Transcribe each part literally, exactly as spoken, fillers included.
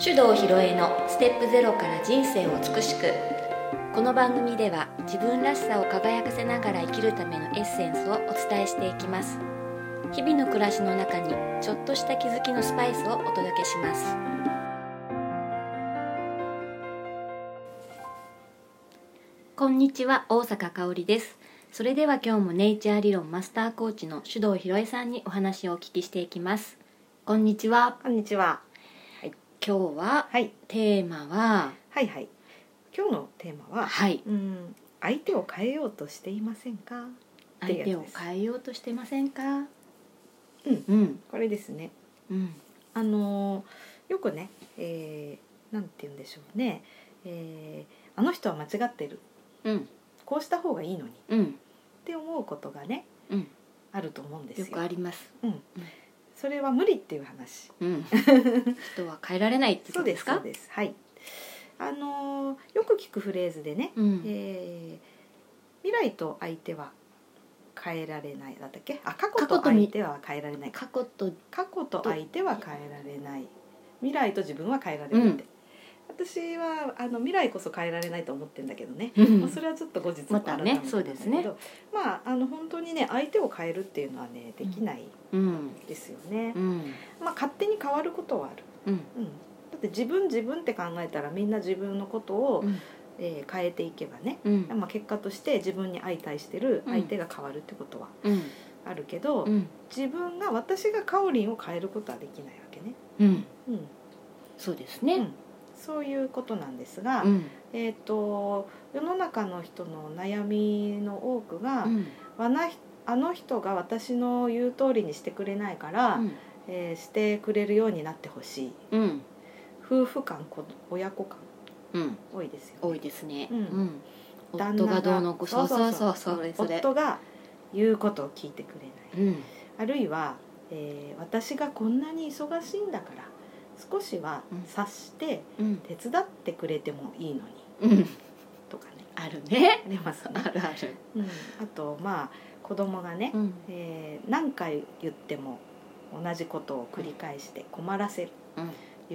手動ひろえのステップゼロから人生を美しく。この番組では自分らしさを輝かせながら生きるためのエッセンスをお伝えしていきます。日々の暮らしの中にちょっとした気づきのスパイスをお届けします。こんにちは、大阪香織です。それでは今日もネイチャー理論マスターコーチの手動ひろえさんにお話をお聞きしていきます。こんにちは。 こんにちは。 はい、今日は、 はい、 テーマははいはい。今日のテーマは、 はい、 うん、相手を変えようとしていませんか？ 相手を変えようとしてませんか？ うん、 うん、 これですね。 うん、 あのー、よくね、えー、なんて言うんでしょうね、えー、あの人は間違ってる、 うん、 こうした方がいいのに、 うん、 って思うことがね、 うん、 あると思うんですよ。 よくあります。 うん、それは無理っていう話。 うん、人は変えられないってことですか？ そうです、そうです。はい。あのー、よく聞くフレーズでね、 うん、 えー、未来と相手は変えられないだったっけ？あ、過去と相手は変えられない。 過去と過去と相手は変えられない。未来と自分は変えられるって。うん、私はあの未来こそ変えられないと思ってるんだけどね。 うん、 まあ、それはちょっと後日またね、そうですね。 まああの本当にね、相手を変えるっていうのはねできないですよね。 うんうん、まあ勝手に変わることはある。 うん、 うん、だって自分自分って考えたらみんな自分のことを、 うん、 えー、変えていけばね、 うんまあ、結果として自分に相対してる相手が変わるってことはあるけど、うん、自分が私がかおりんを変えることはできないわけね。 うんうん、 そうですね、うん、 そういうことなんですが、うん、えーと、世の中の人の悩みの多くが、うん、あの人が私の言う通りにしてくれないから、うんえー、してくれるようになってほしい、うん、夫婦間親子間、うん、多いですよね。 多いですね、 うんうん、 夫がどうのこうそうそうそうそう、 夫が言うことを聞いてくれない、うん、あるいは、えー、私がこんなに忙しいんだから少しは察して手伝ってくれてもいいのに、うん、とかね、 あるね、 ありますね。 あるある、 うん、あとまあ子供がね、うんえー、何回言っても同じことを繰り返して困らせる、うん、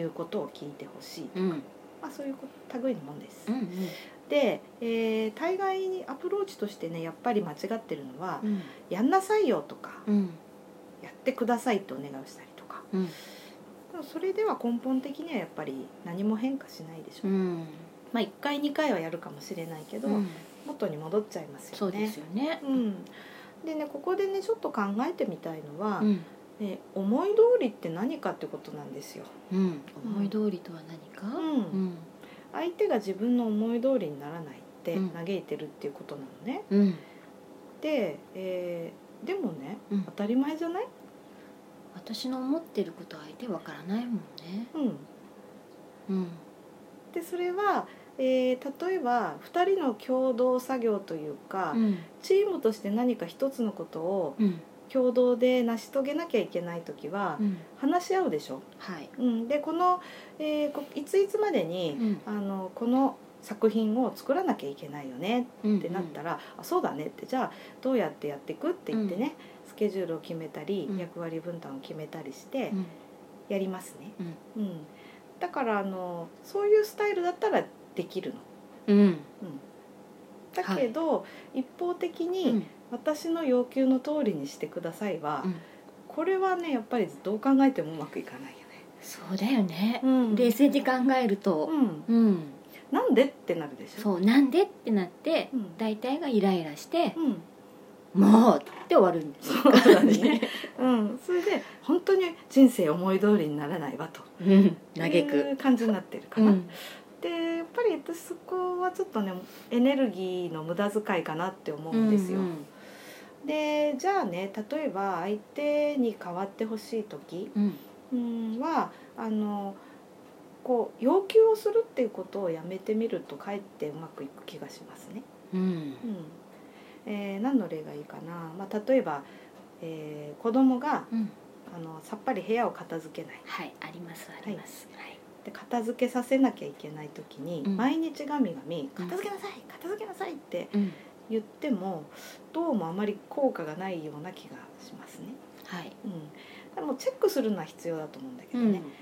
いうことを聞いてほしいとか、うんまあ、そういう類のもんです、うんうん、で、えー、対外にアプローチとしてねやっぱり間違ってるのは、うん、やんなさいよとか、うん、やってくださいってお願いをしたりとか、うん、それでは根本的にはやっぱり何も変化しないでしょう、うんまあ、いっかいにかいはやるかもしれないけど、うん、元に戻っちゃいますよね。 そうですよね、 うん、でねここでねちょっと考えてみたいのは、うんね、思い通りって何かってことなんですよ、 うん、思い通りとは何か、うんうん、 相手が自分の思い通りにならないって嘆いてるっていうことなのね、うん、で、えー、でもね、うん、当たり前じゃない？ 私の思ってることは相手わからないもんね。 うん、うん、でそれは、えー、例えばふたりの共同作業というか、うん、チームとして何か一つのことを、うん共同で成し遂げなきゃいけないときは話し合うでしょ、 はいうん、でこの、えー、いついつまでに、うん、あのこの作品を作らなきゃいけないよねってなったら、うんうん、あそうだねってじゃあどうやってやっていくって言ってね、うん、スケジュールを決めたり、うん、役割分担を決めたりしてやりますね、うんうん、だからあのそういうスタイルだったらできるの、うんうん、だけど、はい、一方的に、うん私の要求の通りにしてくださいは、うん、これはねやっぱりどう考えてもうまくいかないよね。 そうだよね、うん、冷静に考えると、うんうん、 なんでってなるでしょ。 そうなんでってなって、うん、大体がイライラして、うん、もうって終わるんですよ。 そうだね、うん、それで本当に人生思い通りにならないわと、うん、嘆くいう感じになってるかな、うんでやっぱり私そこはちょっとねエネルギーの無駄遣いかなって思うんですよ、うんうんでじゃあね例えば相手に代わってほしい時、うん、はあのこう要求をするっていうことをやめてみるとかえってうまくいく気がしますね、うんうんえー、何の例がいいかな、まあ、例えば、えー、子供が、うん、あのさっぱり部屋を片付けないはいありますあります、はい、 で片付けさせなきゃいけない時に、うん、毎日ガミガミ片付けなさい、うん、片付けなさいって、うん言ってもどうもあまり効果がないような気がしますね、はいうん、でもチェックするのは必要だと思うんだけどね、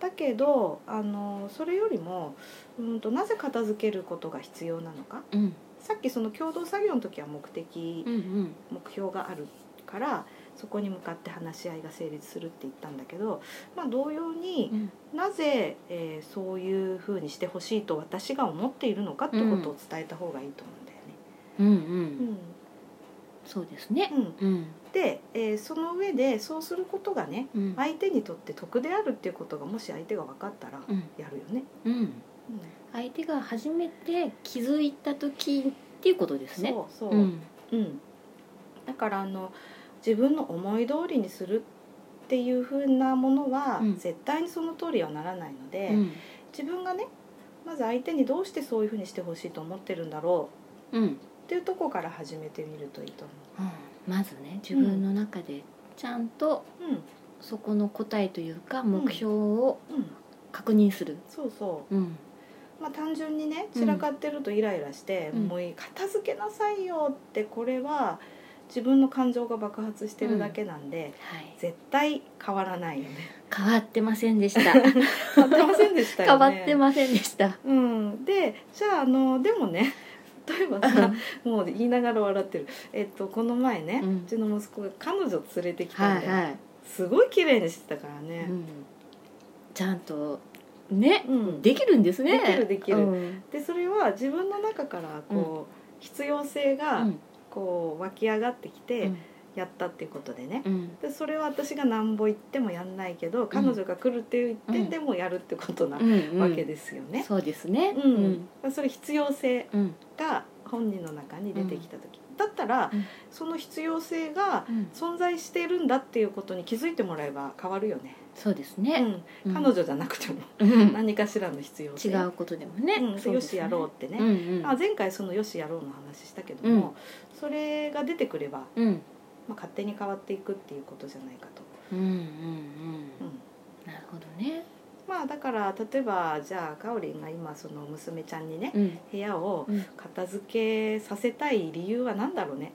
だけどあのそれよりも、うんと、なぜ片付けることが必要なのか、 うん、 さっきその共同作業の時は目的、 うんうん、 目標があるからそこに向かって話し合いが成立するって言ったんだけど、まあ、同様に、うん、なぜ、えー、そういうふうにしてほしいと私が思っているのかってことを伝えた方がいいと思うんだよね。 うんうんうん、そうですね、 うんうん、で、えー、その上でそうすることがね、うん、相手にとって得であるっていうことがもし相手が分かったらやるよね、 うんうんうん、相手が初めて気づいた時っていうことですね。 そうそう、うんうん、だからあの自分の思い通りにするっていう風なものは、うん、絶対にその通りはならないので、うん、自分がねまず相手にどうしてそういう風にしてほしいと思ってるんだろう、うん、っていうところから始めてみるといいと思う、 うん、まずね自分の中でちゃんと、うん、そこの答えというか目標を確認する、 うんうん、そうそう、うんまあ、単純にね散らかってるとイライラして、うん、もう片付けなさいよって、これは自分の感情が爆発してるだけなんで、うんはい、絶対変わらないよね。 変わってませんでした変わってませんでしたよね。 変わってませんでした、 うん、でじゃあ、あのでもね例えばさもう言いながら笑ってる、えっと、この前ね、うん、うちの息子が彼女連れてきたんで、はいはい、すごい綺麗にしてたからね、うん、 ちゃんとね、うん、できるんですね。 できるできる、うん、でそれは自分の中からこう、うん、必要性がこう湧き上がってきてやったっていうことでね、うん、でそれは私がなんぼ言ってもやんないけど、うん、彼女が来るっていう言ってでもやるってことなわけですよね、うんうん、 そうですね、 うんうん、それ必要性が本人の中に出てきた時、だったら、うん、その必要性が存在しているんだっていうことに気づいてもらえば変わるよね。 そうですね、 うん、彼女じゃなくても、うん、何かしらの必要性違うことでもね、 うん、でよしやろうってね、うんうん、あ前回そのよしやろうの話したけども、うん、それが出てくれば、うんまあ、勝手に変わっていくっていうことじゃないかと。うんうんうん、うん、 なるほどね。 まあだから例えばじゃあかおりんが今その娘ちゃんにね、うん、部屋を片付けさせたい理由は何だろうね。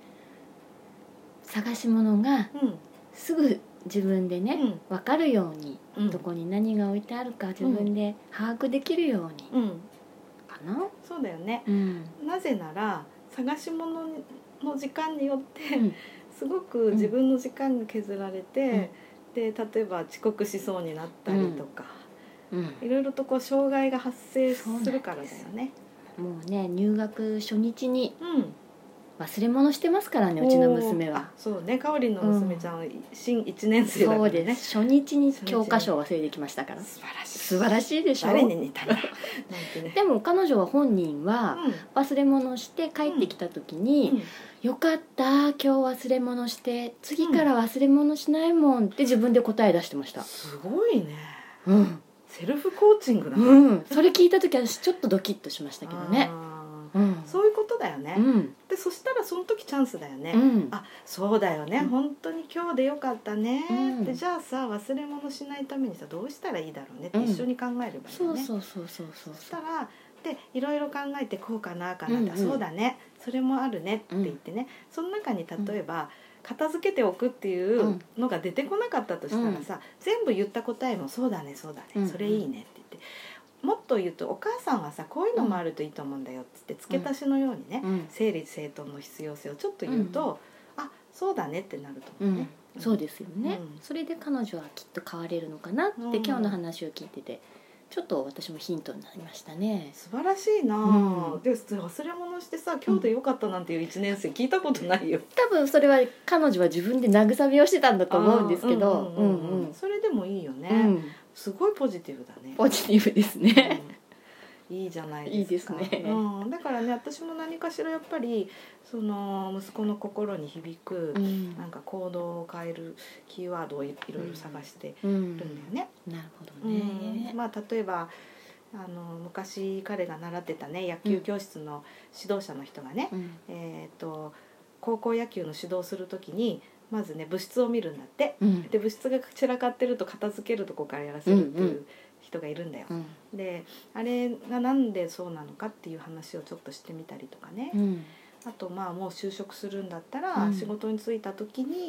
探し物がすぐ自分でね、うん、分かるように、うん、どこに何が置いてあるか自分で把握できるように、うん、かな。 そうだよね、うん、なぜなら探し物の時間によって、うん、すごく自分の時間が削られて、うん、で例えば遅刻しそうになったりとか、うん、いろいろとこう障害が発生するからだよね。 もうね入学初日に、うん忘れ物してますからね、うちの娘は。 そうね、かおりんの娘ちゃんは新いちねん生だからね。 そうです。初日に教科書を忘れてきましたから。 素晴らしい。 素晴らしいでしょ。 誰に似たら、ね、 でも彼女は本人は忘れ物して帰ってきた時に、うんうん、よかった今日忘れ物して次から忘れ物しないもんって自分で答え出してました。 すごいね。うん。セルフコーチングだね。 うん。それ聞いた時は私ちょっとドキッとしましたけどね。 うん、そういうことだよね、うん、でそしたらその時チャンスだよね、うん、あそうだよね、うん、本当に今日でよかったね、うん、でじゃあさ忘れ物しないためにさどうしたらいいだろうねって一緒に考えればいいよね、うん、そうそうそうそうそうそしたらでいろいろ考えてこうかなかなって、うんうん、そうだねそれもあるねって言ってね、うん、その中に例えば、片付けておくっていうのが出てこなかったとしたらさ、うん、全部言った答えもそうだねそうだね、うん、それいいねって言ってもっと言うとお母さんはさこういうのもあるといいと思うんだよっつって付け足しのようにね、うん、整理整頓の必要性をちょっと言うと、うん、あそうだねってなると思うね、 うん、そうですよね、うん、それで彼女はきっと変われるのかなって、うん、今日の話を聞いててちょっと私もヒントになりましたね。 素晴らしいな、うん、で忘れ物してさ今日でよかったなんていういちねん生聞いたことないよ、 多分それは彼女は自分で慰めをしてたんだと思うんですけど、 それでもいいよね、うんすごいポジティブだね。 ポジティブですね、 うん、いいじゃないですか。いいですね、うん、だからね私も何かしらやっぱりその息子の心に響く、うん、なんか行動を変えるキーワードをいろいろ探してるんだよね、 うんうん、なるほどね、 うん、まあ例えばあの昔彼が習ってたね野球教室の指導者の人がね、うん、えーと高校野球の指導するときにまずね部室を見るんだって、うん、で部室が散らかってると片付けるとこからやらせるっていう人がいるんだよ、うんうん、であれがなんでそうなのかっていう話をちょっとしてみたりとかね、うん、あとまあもう就職するんだったら、うん、仕事に就いた時に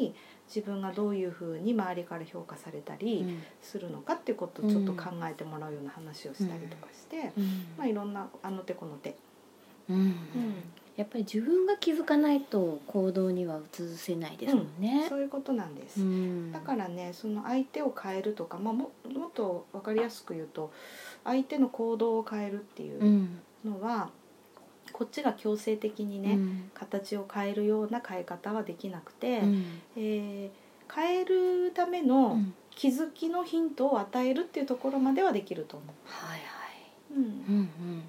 自分がどういうふうに周りから評価されたりするのかっていうことをちょっと考えてもらうような話をしたりとかして、うん、まあ、いろんなあの手この手、 うんうん、やっぱり自分が気づかないと行動には移せないですもんね、 うん、そういうことなんです、うん、だからねその相手を変えるとか、まあ、も, もっと分かりやすく言うと相手の行動を変えるっていうのは、うん、こっちが強制的にね、うん、形を変えるような変え方はできなくて、うん、えー、変えるための気づきのヒントを与えるっていうところまではできると思う、 はいはい、 うんうんうん、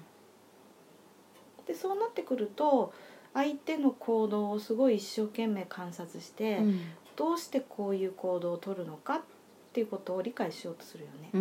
でそうなってくると相手の行動をすごい一生懸命観察して、うん、どうしてこういう行動を取るのかっていうことを理解しようとするよね、うんうん、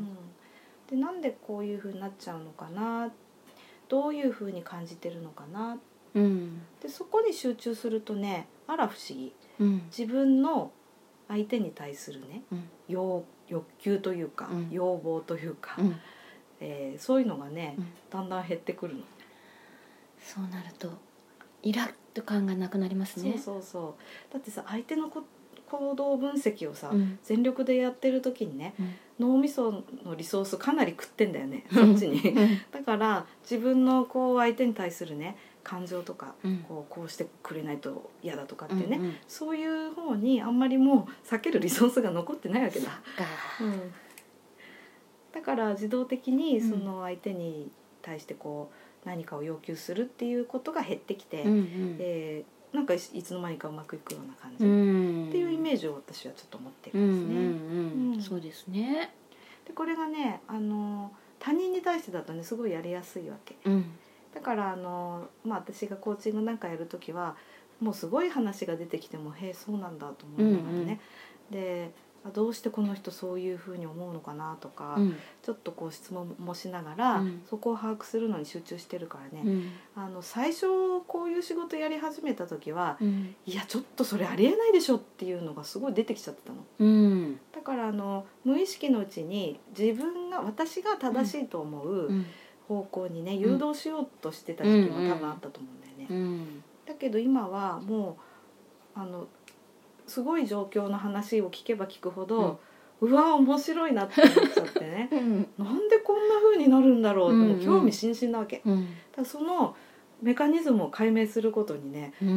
でなんでこういうふうになっちゃうのかな、どういうふうに感じてるのかな、うん、でそこに集中するとね、あら不思議、うん、自分の相手に対するね、うん、欲, 欲求というか、うん、要望というか、うん、えー、そういうのがね、うん、だんだん減ってくるの。 そうなるとイラッと感がなくなりますね。 そうそうそう。だってさ、相手のこ行動分析をさ、うん、全力でやってる時にね、うん、脳みそのリソースかなり食ってんだよね、そっちにだから自分のこう相手に対するね感情とか、うん、こう、こうしてくれないと嫌だとかってね、うんうん、そういう方にあんまりもう避けるリソースが残ってないわけだ、うん、だから自動的にその相手に対してこう何かを要求するっていうことが減ってきて、うんうん、えー、なんかいつの間にかうまくいくような感じ、うん、っていうイメージを私はちょっと持ってるんですね、うんうんうん、 そうですね。 でこれがね、あの他人に対してだとねすごいやりやすいわけ、うん、だからあの、まあ、私がコーチングなんかやるときはもうすごい話が出てきてもへえそうなんだと思いながらね、うんうん、でどうしてこの人そういうふうに思うのかなとか、うん、ちょっとこう質問もしながら、うん、そこを把握するのに集中してるからね、うん、あの最初こういう仕事やり始めた時は、うん、いやちょっとそれありえないでしょっていうのがすごい出てきちゃってたの、うん、だからあの無意識のうちに自分が私が正しいと思う方向にね、誘導しようとしてた時期も多分あったと思うんだよね、うんうん、だけど今はもうあのすごい状況の話を聞けば聞くほど、うん、うわ面白いなって思っちゃってね、うん、なんでこんな風になるんだろうって、うんうん、興味津々なわけ、うん、だそのメカニズムを解明することにね、うん、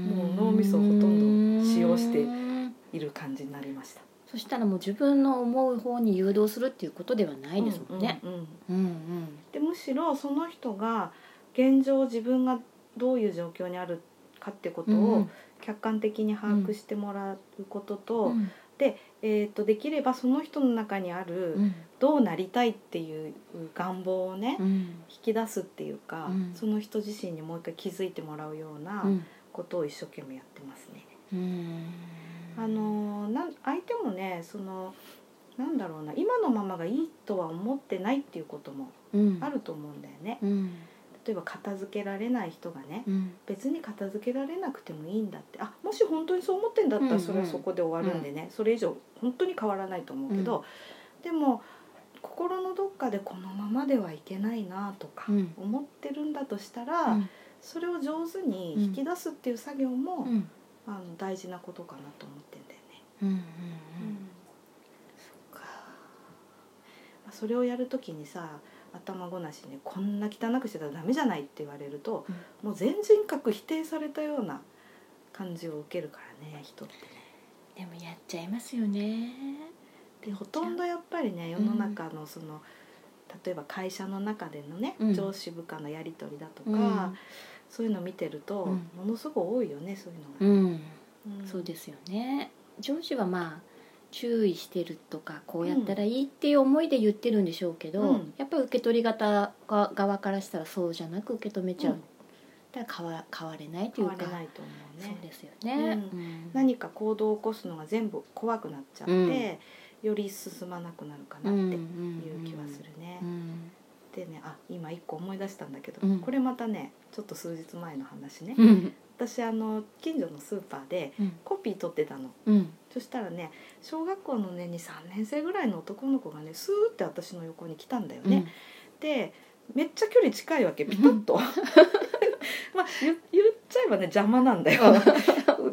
もう脳みそをほとんど使用している感じになりました。 そしたらもう自分の思う方に誘導するっていうことではないですもんね、うんうんうんうんうん、 でむしろその人が現状自分がどういう状況にあるかってことを客観的に把握してもらうことと、うん、で、えーと、できればその人の中にある、うん、どうなりたいっていう願望をね、うん、引き出すっていうか、うん、その人自身にもう一回気づいてもらうようなことを一生懸命やってますね、うん、あのな相手もねそのなんだろうな今のままがいいとは思ってないっていうこともあると思うんだよね、うんうん、例えば片付けられない人がね、うん、別に片付けられなくてもいいんだって、あもし本当にそう思ってんだったらそれはそこで終わるんでね、うんうん、それ以上本当に変わらないと思うけど、うん、でも心のどっかでこのままではいけないなとか思ってるんだとしたら、うん、それを上手に引き出すっていう作業も、うん、あの大事なことかなと思ってんだよね、うんうんうんうん、そっか、それをやるときにさ頭ごなしにこんな汚くしてたらダメじゃないって言われると、うん、もう全人格否定されたような感じを受けるからね、人ってね。 でもやっちゃいますよね。 でほとんどやっぱりね世の中のその、うん、例えば会社の中でのね、うん、上司部下のやり取りだとか、うん、そういうの見てると、うん、ものすごい多いよねそういうのが、ね、 うんうん、そうですよね。上司はまあ注意してるとかこうやったらいいっていう思いで言ってるんでしょうけど、うん、やっぱり受け取り方側からしたらそうじゃなく受け止めちゃう、うん、だから変わ、変われないというか変われないと思うね。 そうですよね、 うんうん、何か行動を起こすのが全部怖くなっちゃって、うん、より進まなくなるかなっていう気はするね、うんうんうん、でね、あ今一個思い出したんだけど、うん、これまたねちょっと数日前の話ね、うん私あの近所のスーパーでコピー取ってたの、うん、そしたらね小学校のね に,さん 年生ぐらいの男の子がねスーって私の横に来たんだよね、うん、でめっちゃ距離近いわけピタッとまあ 言, 言っちゃえばね邪魔なんだよ邪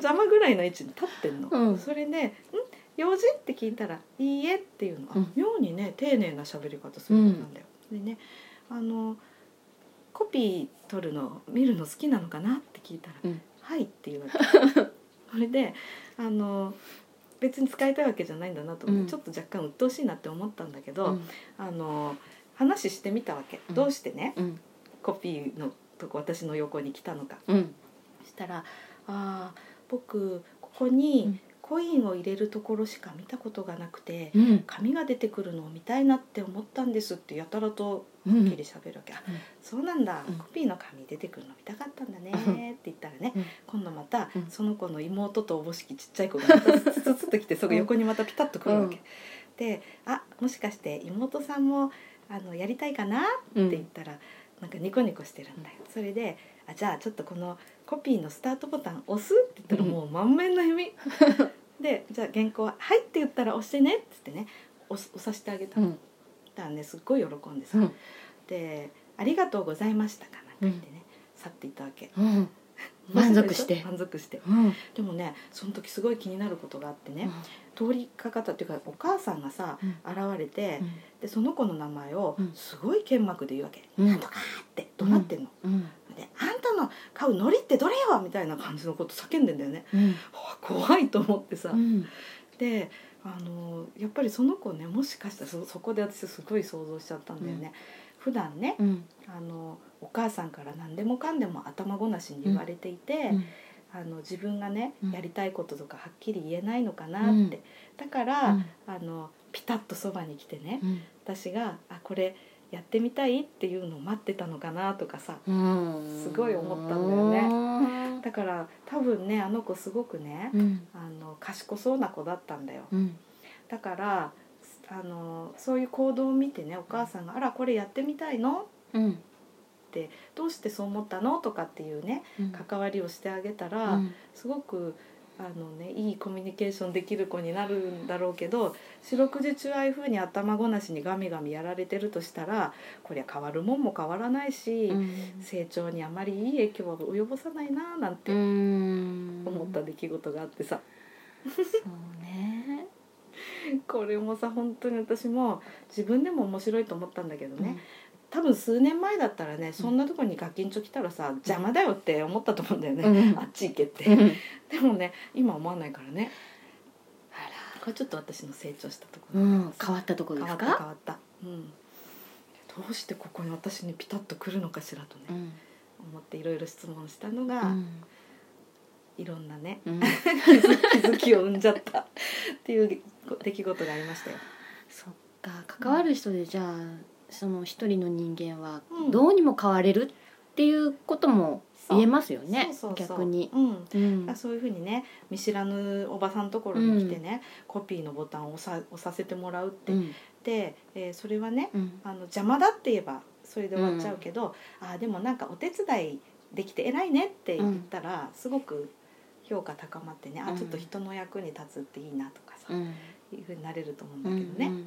邪魔ぐらいの位置に立ってんの、 うん、 それで、ん用事って聞いたらいいえっていうの、あ、妙にね丁寧な喋り方する子なんだよ、うん、でね、あのコピー取るの見るの好きなのかなって聞いたら、うん、はいって言うわけそれであの別に使いたいわけじゃないんだなと思って、うん、ちょっと若干鬱陶しいなって思ったんだけど、うん、あの話してみたわけ、うん、どうしてね、うん、コピーのとこ私の横に来たのか、うん、そしたらあ僕ここにコインを入れるところしか見たことがなくて、うん、紙が出てくるのを見たいなって思ったんですってやたらとはっきり喋るわけ、うん、そうなんだ、うん、コピーの紙出てくるの見たかったんだねって言ったらね、うん、今度またその子の妹とおぼしきちっちゃい子がまたツツツッと来てそこ横にまたピタッと来るわけ、うん、で、あ、もしかして妹さんもあのやりたいかなって言ったら、うん、なんかニコニコしてるんだよ。それで、あ、じゃあちょっとこのコピーのスタートボタン押すって言ったらもう満面の笑み、うんで、じゃあ原稿は「はい」って言ったら押してねって言ってね、押, 押させてあげたの、うん、だからねすっごい喜んでさ、うん、で「ありがとうございました」かなんか言ってね、うん、去っていったわけ、うん、 満足して満足して、うん、でもねその時すごい気になることがあってね、うん、通りかかったっていうかお母さんがさ、うん、現れて、うん、でその子の名前をすごい剣幕で言うわけ、うん、なんとかって怒鳴ってんの、うんうんであんたの買う海苔ってどれよみたいな感じのこと叫んでんだよね、うん、怖いと思ってさ、うん、であのやっぱりその子ねもしかしたら そ, そこで私すごい想像しちゃったんだよね、うん、普段ね、うん、あのお母さんから何でもかんでも頭ごなしに言われていて、うん、あの自分がね、うん、やりたいこととかはっきり言えないのかなって、うん、だから、うん、あのピタッとそばに来てね、うん、私があこれやってみたいっていうのを待ってたのかなとかさ、すごい思ったんだよね。だから多分ねあの子すごくね、うん、あの賢そうな子だったんだよ、うん、だからあのそういう行動を見てねお母さんが「あらこれやってみたいの?」うんって「どうしてそう思ったの?」とかっていうね、うん、関わりをしてあげたら、うん、すごくあのね、いいコミュニケーションできる子になるんだろうけど、四六時中ああいう風に頭ごなしにガミガミやられてるとしたらこりゃ変わるもんも変わらないし、うん、成長にあまりいい影響は及ぼさないななんて思った出来事があってさそうねこれもさ本当に私も自分でも面白いと思ったんだけどね、うん多分数年前だったらねそんなとこにガキンチョ来たらさ、うん、邪魔だよって思ったと思うんだよね、うん、あっち行けって、うん、でもね今思わないからね。あらこれちょっと私の成長したところ、うん、 変わったところですか。 変わった変わった、うん、どうしてここに私にピタッと来るのかしらとね、うん、思っていろいろ質問したのが、うん、いろんなね、うん、気づきを生んじゃったっていう出来事がありましたよ。 そっか関わる人でじゃあその一人の人間はどうにも変われるっていうことも言えますよね、 そうそうそう逆に、 うんうん、そういうふうにね見知らぬおばさんのところに来てね、うん、コピーのボタンを押さ、押させてもらうって、うん、で、えー、それはね、うん、あの邪魔だって言えばそれで終わっちゃうけど、うん、あでもなんかお手伝いできて偉いねって言ったら、すごく評価高まってね、うん、あちょっと人の役に立つっていいなとかさ、うん、いうふうになれると思うんだけどね。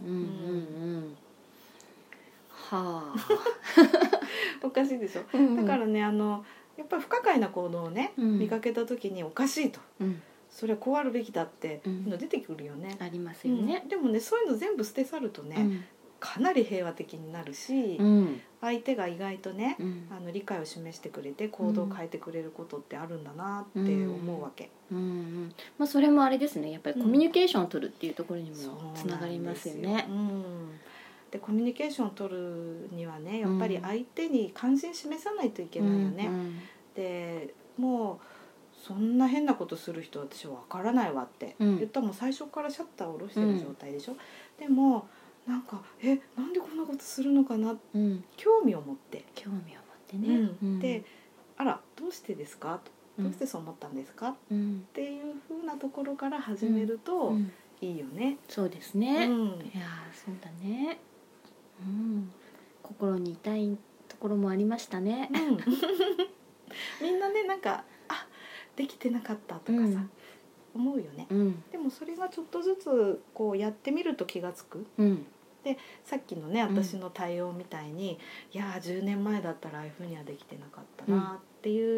はあおかしいでしょ、うんうん、だからねあのやっぱり不可解な行動をね、うん、見かけた時におかしいと、うん、それはこうあるべきだっていうの出てくるよね、 うん、ありますよね、 うん、でもねそういうの全部捨て去るとね、うん、かなり平和的になるし、うん、相手が意外とね、うん、あの理解を示してくれて行動を変えてくれることってあるんだなって思うわけ、 うんうんうんまあ、それもあれですねやっぱりコミュニケーションを取るっていうところにもつながりますよね、 うん、でコミュニケーションを取るにはねやっぱり相手に関心示さないといけないよね、うんうん、でもうそんな変なことする人私は分からないわって言ったらもう最初からシャッターを下ろしてる状態でしょ、うん、でもなんかえなんでこんなことするのかな、うん、興味を持って興味を持ってね、 うん、であらどうしてですかとどうしてそう思ったんですか、うん、っていう風なところから始めるといいよね、うん、 そうですね、うん、いやそうだね、うん、心に痛いところもありましたね、うん、 みんなねなんかあできてなかったとかさ、うん、思うよね、うん、でもそれがちょっとずつこうやってみると気がつく、うん、でさっきのね私の対応みたいに、うん、いやじゅうねんまえだったらああいうふうにはできてなかったなっていう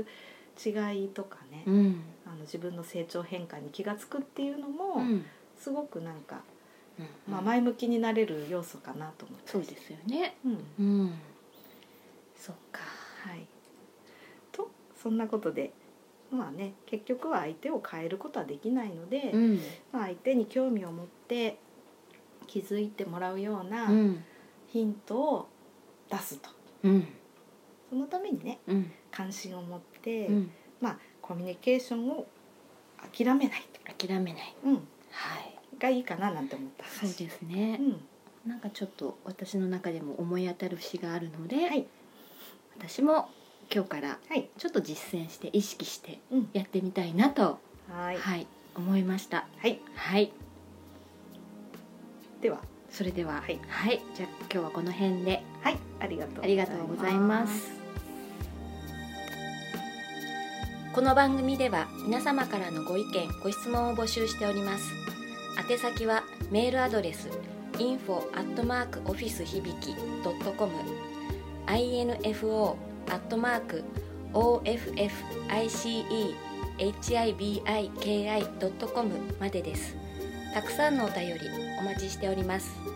違いとかね、 うん、 あの自分の成長変化に気がつくっていうのも、 うん、 すごくなんか、 うん、 まあ、前向きになれる要素かなと思って。 そうですよね。 うん、 うん、そっか。 はい。とそんなことでまあね、結局は相手を変えることはできないので、 うん、 まあ、相手に興味を持って気づいてもらうようなヒントを出すと、 うん、 そのためにね、 うん、 関心を持って、 うん、 まあ、コミュニケーションを諦めない諦めない、 うん、 はい、 がいいかななんて思った話。 そうですね、うん、なんかちょっと私の中でも思い当たる節があるので、はい、私も今日からちょっと実践して意識してやってみたいなと、はい、はい、思いました。 はい、 はい、 ではそれでは、はい、はい、じゃあ今日はこの辺で、 はい、ありがとうございます。 ありがとうございます。この番組では皆様からのご意見ご質問を募集しております。宛先はメールアドレス インフォ アットマーク オフィスひびき ドットコム インフォ アットマーク オーエフエフアイシーイーエイチアイビーアイケーアイ ドットコム までです。たくさんのお便りお待ちしております。